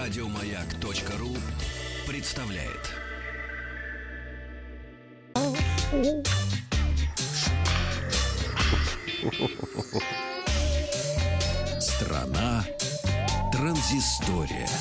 Радиомаяк.ру представляет. Страна транзистория.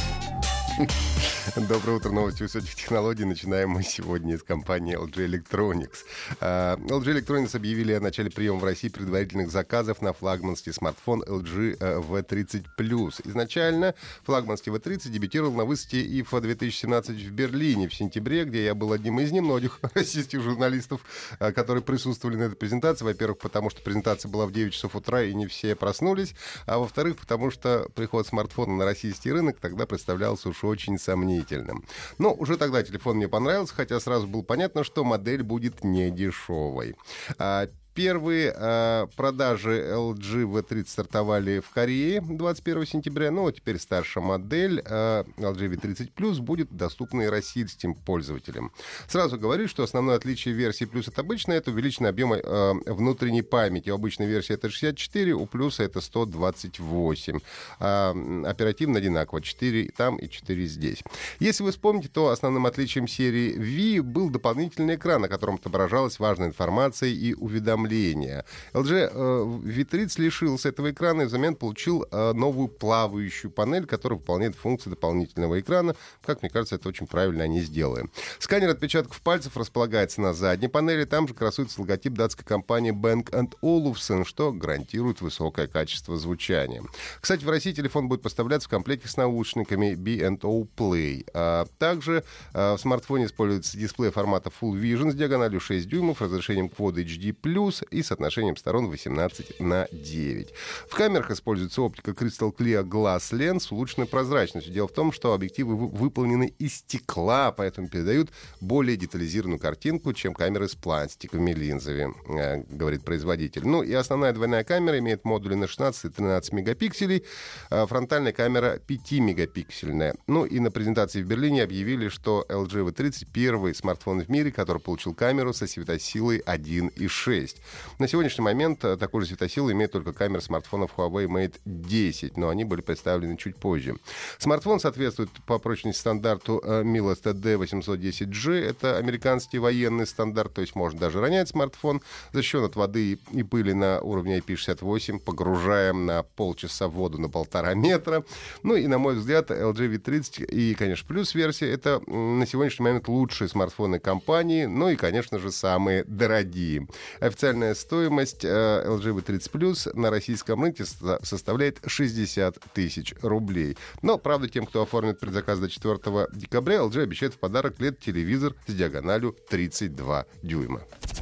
Доброе утро, новости высоких технологий. Начинаем мы сегодня с компании LG Electronics. LG Electronics объявили о начале приема в России предварительных заказов на флагманский смартфон LG V30 Plus. Изначально флагманский V30 дебютировал на выставке IFA 2017 в Берлине в сентябре, где я был одним из немногих российских журналистов, которые присутствовали на этой презентации. Во-первых, потому что презентация была в 9 часов утра и не все проснулись. А во-вторых, потому что приход смартфона на российский рынок тогда представлялся уж очень сомнительным. Но уже тогда телефон мне понравился, хотя сразу было понятно, что модель будет не дешевой. Первые продажи LG V30 стартовали в Корее 21 сентября. Ну, а теперь старшая модель LG V30 Plus будет доступна и российским пользователям. Сразу говорю, что основное отличие версии Plus от обычной — это увеличенный объем внутренней памяти. У обычной версии это 64, у Plus это 128. Оперативно одинаково. 4 там и 4 здесь. Если вы вспомните, то основным отличием серии V был дополнительный экран, на котором отображалась важная информация и уведомления. LG V30 лишился этого экрана и взамен получил новую плавающую панель, которая выполняет функции дополнительного экрана. Как мне кажется, это очень правильно они сделали. Сканер отпечатков пальцев располагается на задней панели. Там же красуется логотип датской компании Bang & Olufsen, что гарантирует высокое качество звучания. Кстати, в России телефон будет поставляться в комплекте с наушниками B&O Play. Также в смартфоне используется дисплей формата Full Vision с диагональю 6 дюймов, разрешением Quad HD+, и соотношением сторон 18:9. В камерах используется оптика Crystal Clear Glass Lens с улучшенной прозрачностью. Дело в том, что объективы выполнены из стекла, поэтому передают более детализированную картинку, чем камеры с пластиковыми линзами, говорит производитель. Ну и основная двойная камера имеет модули на 16 и 13 мегапикселей, фронтальная камера 5-мегапиксельная. Ну и на презентации в Берлине объявили, что LG V30 первый смартфон в мире, который получил камеру со светосилой 1,6. На сегодняшний момент такой же светосилу имеет только камера смартфонов Huawei Mate 10, но они были представлены чуть позже. Смартфон соответствует по прочности стандарту MIL STD810G. Это американский военный стандарт, то есть можно даже ронять смартфон. Защищен от воды и пыли на уровне IP68. Погружаем на полчаса в воду на 1,5 метра. Ну и, на мой взгляд, LG V30 и, конечно, плюс-версия — это на сегодняшний момент лучшие смартфоны компании, ну и, конечно же, самые дорогие. Официальная стоимость LG V30 Plus на российском рынке составляет 60 тысяч рублей. Но, правда, тем, кто оформит предзаказ до 4 декабря, LG обещает в подарок LED-телевизор с диагональю 32 дюйма.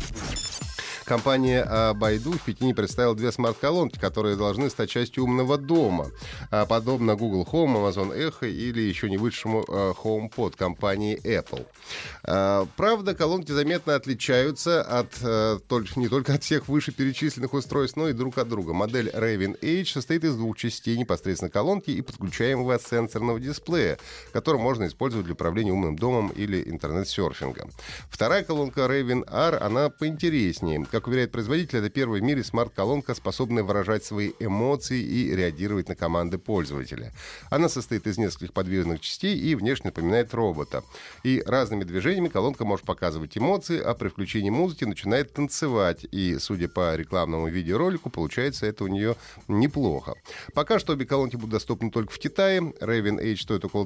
Компания Baidu в Пекине представила 2 смарт-колонки, которые должны стать частью умного дома, подобно Google Home, Amazon Echo или еще не вышедшему HomePod компании Apple. Правда, колонки заметно отличаются не только от всех вышеперечисленных устройств, но и друг от друга. Модель Raven H состоит из 2 частей, непосредственно колонки и подключаемого сенсорного дисплея, который можно использовать для управления умным домом или интернет-серфинга. Вторая колонка Raven R, она поинтереснее. Как уверяет производитель, это первая в мире смарт-колонка, способная выражать свои эмоции и реагировать на команды пользователя. Она состоит из нескольких подвижных частей и внешне напоминает робота. И разными движениями колонка может показывать эмоции, а при включении музыки начинает танцевать. И, судя по рекламному видеоролику, получается это у нее неплохо. Пока что обе колонки будут доступны только в Китае. Raven H стоит около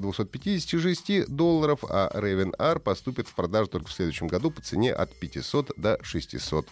$256, а Raven R поступит в продажу только в следующем году по цене от $500 до $600.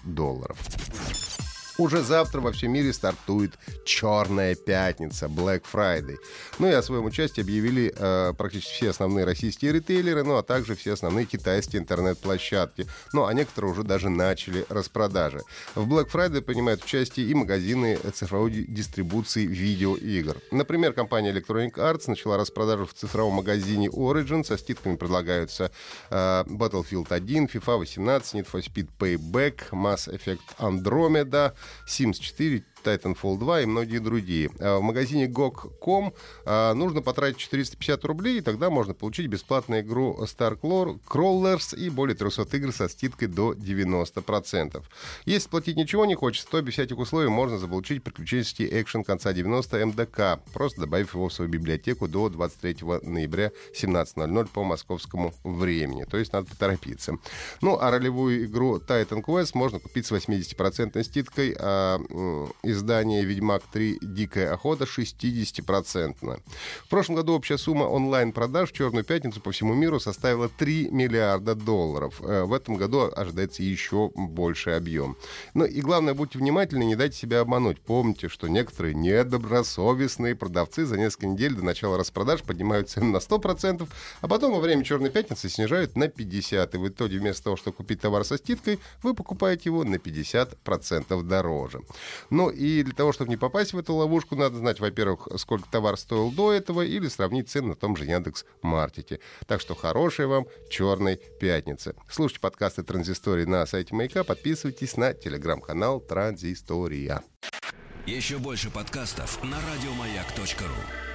Уже завтра во всем мире стартует Черная пятница, Black Friday. Ну и о своем участии объявили практически все основные российские ритейлеры, ну а также все основные китайские интернет-площадки. Ну а некоторые уже даже начали распродажи. В Black Friday принимают участие и магазины цифровой дистрибуции видеоигр. Например, компания Electronic Arts начала распродажу в цифровом магазине Origin. Со скидками предлагаются Battlefield 1, FIFA 18, Need for Speed Payback, Mass Effect Andromeda, Sims 4, Titanfall 2 и многие другие. В магазине GOG.com нужно потратить 450 рублей, и тогда можно получить бесплатную игру Star Crawlers и более 300 игр со скидкой до 90%. Если платить ничего не хочется, то без всяких условий можно заполучить приключенческий экшен конца 90 МДК, просто добавив его в свою библиотеку до 23 ноября 17:00 по московскому времени. То есть надо поторопиться. Ну, а ролевую игру Titan Quest можно купить с 80% скидкой, а издание «Ведьмак 3. Дикая охота» 60%. В прошлом году общая сумма онлайн-продаж в Черную пятницу по всему миру составила $3 миллиарда. В этом году ожидается еще больший объем. Ну и главное, будьте внимательны, не дайте себя обмануть. Помните, что некоторые недобросовестные продавцы за несколько недель до начала распродаж поднимают цену на 100%, а потом во время Черной пятницы снижают на 50%. И в итоге вместо того, чтобы купить товар со скидкой, вы покупаете его на 50% дороже. Ну и для того, чтобы не попасть в эту ловушку, надо знать, во-первых, сколько товар стоил до этого, или сравнить цены на том же Яндекс.Маркете. Так что хорошей вам Черной пятницы. Слушайте подкасты «Транзистории» на сайте Маяка, подписывайтесь на телеграм-канал «Транзистория». Еще больше подкастов на радиомаяк.ру.